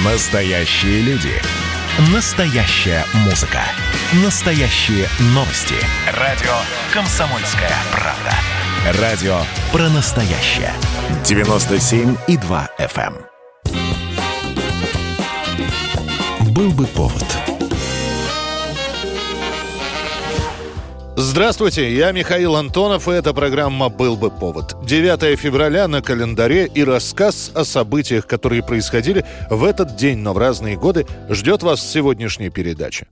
Настоящие люди. Настоящая музыка. Настоящие новости. Радио «Комсомольская правда». Радио про настоящее. 97,2 FM. Был бы повод. Здравствуйте, я Михаил Антонов, и эта программа «Был бы повод». 9 февраля на календаре, и рассказ о событиях, которые происходили в этот день, но в разные годы, ждет вас в сегодняшней передаче.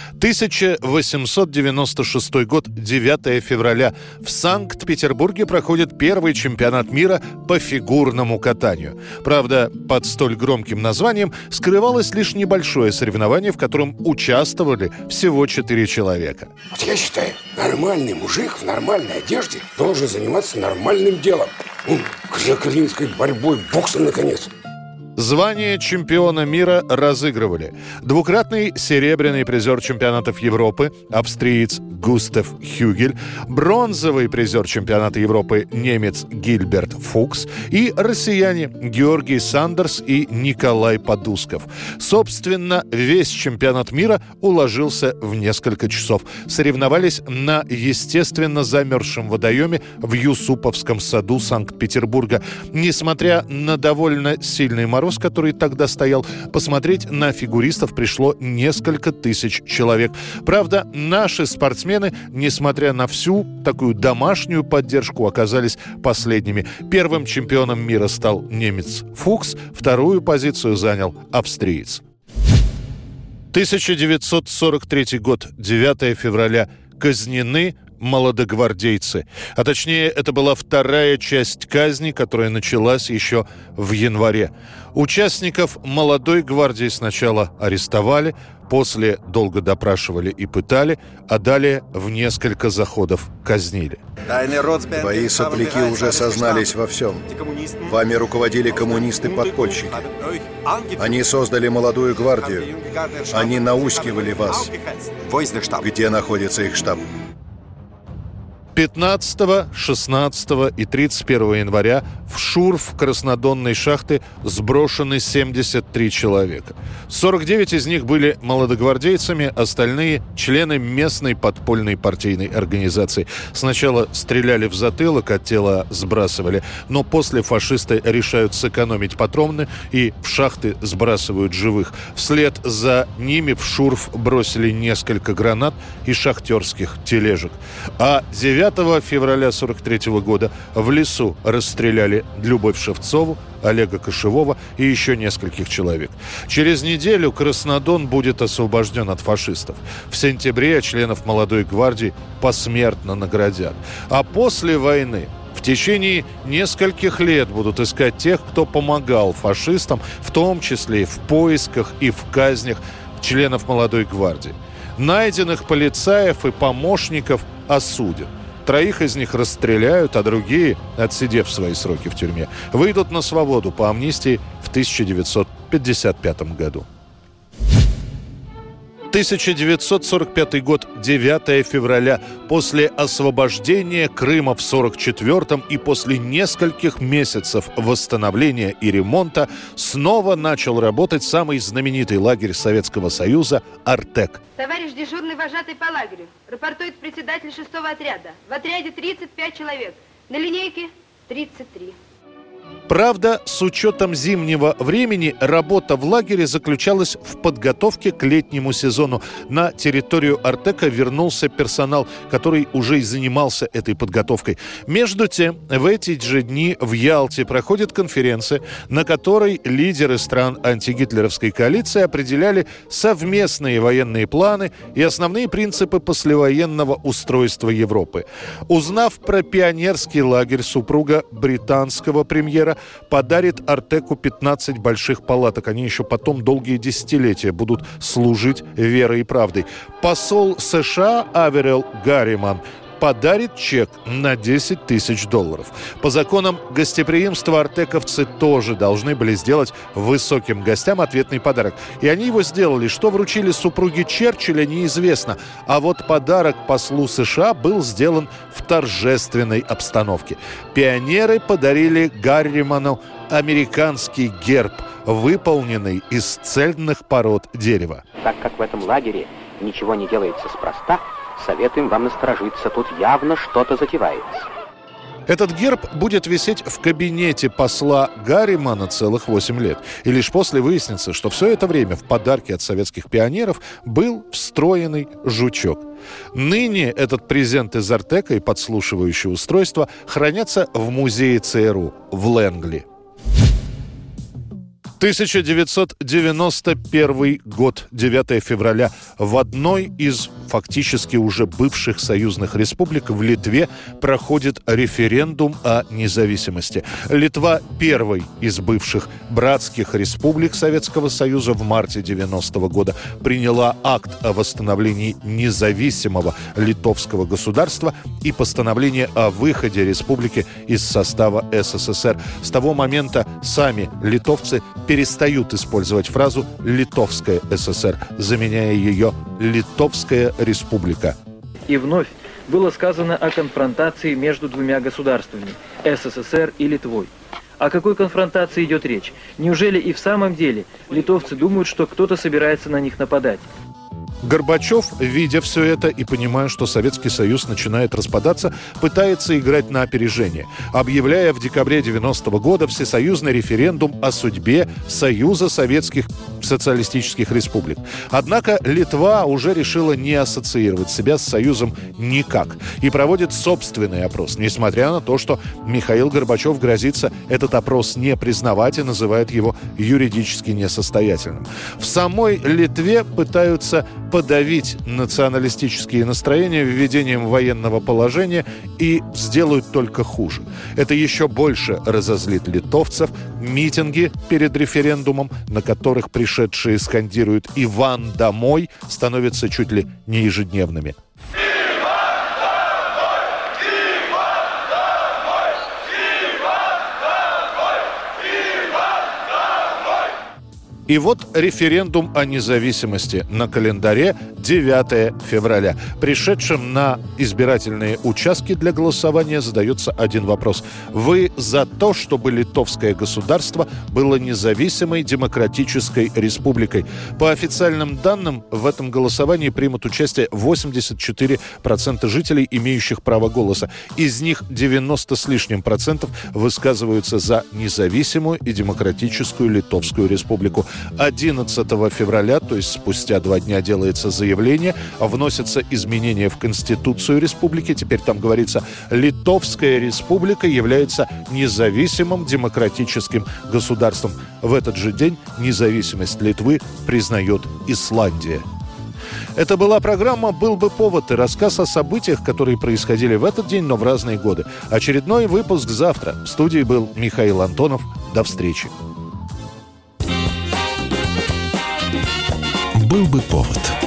1896 год, 9 февраля. В Санкт-Петербурге проходит первый чемпионат мира по фигурному катанию. Правда, под столь громким названием скрывалось лишь небольшое соревнование, в котором участвовали всего 4 человека. Вот я считаю, нормальный мужик в нормальной одежде должен заниматься нормальным делом. Греко-римской борьбой, боксом, наконец. Звание чемпиона мира разыгрывали двукратный серебряный призер чемпионатов Европы, австриец Густав Хюгель, бронзовый призер чемпионата Европы, немец Гильберт Фукс, и россияне Георгий Сандерс и Николай Подусков. Собственно, весь чемпионат мира уложился в несколько часов. Соревновались на естественно замерзшем водоеме в Юсуповском саду Санкт-Петербурга. Несмотря на довольно сильный мороз, который тогда стоял, посмотреть на фигуристов пришло несколько тысяч человек. Правда, наши спортсмены, несмотря на всю такую домашнюю поддержку, оказались последними. Первым чемпионом мира стал немец Фукс, вторую позицию занял австриец. 1943 год, 9 февраля. Казнены молодогвардейцы. А точнее, это была вторая часть казни, которая началась еще в январе. Участников молодой гвардии сначала арестовали, после долго допрашивали и пытали, а далее в несколько заходов казнили. Твои сопляки уже сознались во всем. Вами руководили коммунисты-подпольщики. Они создали молодую гвардию. Они наускивали вас. Где находится их штаб? 15, 16 и 31 января в шурф Краснодонной шахты сброшены 73 человека. 49 из них были молодогвардейцами, остальные – члены местной подпольной партийной организации. Сначала стреляли в затылок, от тела сбрасывали, но после фашисты решают сэкономить патроны и в шахты сбрасывают живых. Вслед за ними в шурф бросили несколько гранат и шахтерских тележек. А 9 февраля 1943 года в лесу расстреляли Любовь Шевцову, Олега Кошевого и еще нескольких человек. Через неделю Краснодон будет освобожден от фашистов. В сентябре членов молодой гвардии посмертно наградят. А после войны в течение нескольких лет будут искать тех, кто помогал фашистам, в том числе и в поисках и в казнях членов молодой гвардии. Найденных полицаев и помощников осудят. 3 из них расстреляют, а другие, отсидев свои сроки в тюрьме, выйдут на свободу по амнистии в 1955 году. 1945 год, 9 февраля. После освобождения Крыма в 1944-м и после нескольких месяцев восстановления и ремонта снова начал работать самый знаменитый лагерь Советского Союза «Артек». Товарищ дежурный вожатый по лагерю. Рапортует председатель 6-го отряда. В отряде 35 человек. На линейке 33. Правда, с учетом зимнего времени работа в лагере заключалась в подготовке к летнему сезону. На территорию Артека вернулся персонал, который уже и занимался этой подготовкой. Между тем, в эти же дни в Ялте проходит конференция, на которой лидеры стран антигитлеровской коалиции определяли совместные военные планы и основные принципы послевоенного устройства Европы. Узнав про пионерский лагерь, супруга британского премьера подарит Артеку 15 больших палаток. Они еще потом долгие десятилетия будут служить верой и правдой. Посол США Аверел Гарриман подарит чек на $10 тысяч. По законам гостеприимства артековцы тоже должны были сделать высоким гостям ответный подарок. И они его сделали. Что вручили супруге Черчилля, неизвестно. А вот подарок послу США был сделан в торжественной обстановке. Пионеры подарили Гарриману американский герб, выполненный из цельных пород дерева. Так как в этом лагере ничего не делается спроста, советуем вам насторожиться, тут явно что-то затевается. Этот герб будет висеть в кабинете посла Гарримана целых 8 лет. И лишь после выяснится, что все это время в подарке от советских пионеров был встроенный жучок. Ныне этот презент из Артека и подслушивающее устройство хранятся в музее ЦРУ в Лэнгли. 1991 год, 9 февраля. В одной из фактически уже бывших союзных республик в Литве проходит референдум о независимости. Литва первой из бывших братских республик Советского Союза в марте 90-го года приняла акт о восстановлении независимого литовского государства и постановление о выходе республики из состава СССР. С того момента сами литовцы перестают использовать фразу «Литовская ССР», заменяя ее «Литовская республика». И вновь было сказано о конфронтации между двумя государствами – СССР и Литвой. О какой конфронтации идет речь? Неужели и в самом деле литовцы думают, что кто-то собирается на них нападать? Горбачев, видя все это и понимая, что Советский Союз начинает распадаться, пытается играть на опережение, объявляя в декабре 90-го года всесоюзный референдум о судьбе Союза Советских Социалистических Республик. Однако Литва уже решила не ассоциировать себя с Союзом никак и проводит собственный опрос, несмотря на то, что Михаил Горбачев грозится этот опрос не признавать и называет его юридически несостоятельным. В самой Литве пытаются подавить националистические настроения введением военного положения и сделают только хуже. Это еще больше разозлит литовцев. Митинги перед референдумом, на которых пришедшие скандируют «Иван, домой!», становятся чуть ли не ежедневными. И вот референдум о независимости на календаре 9 февраля. Пришедшим на избирательные участки для голосования задается один вопрос. Вы за то, чтобы литовское государство было независимой демократической республикой? По официальным данным, в этом голосовании примут участие 84% жителей, имеющих право голоса. Из них 90 с лишним процентов высказываются за независимую и демократическую Литовскую республику. 11 февраля, то есть спустя 2 дня, делается заявление, вносятся изменения в Конституцию республики. Теперь там говорится: Литовская республика является независимым демократическим государством. В этот же день независимость Литвы признает Исландия. Это была программа «Был бы повод» и рассказ о событиях, которые происходили в этот день, но в разные годы. Очередной выпуск завтра. В студии был Михаил Антонов. До встречи. «Был бы повод».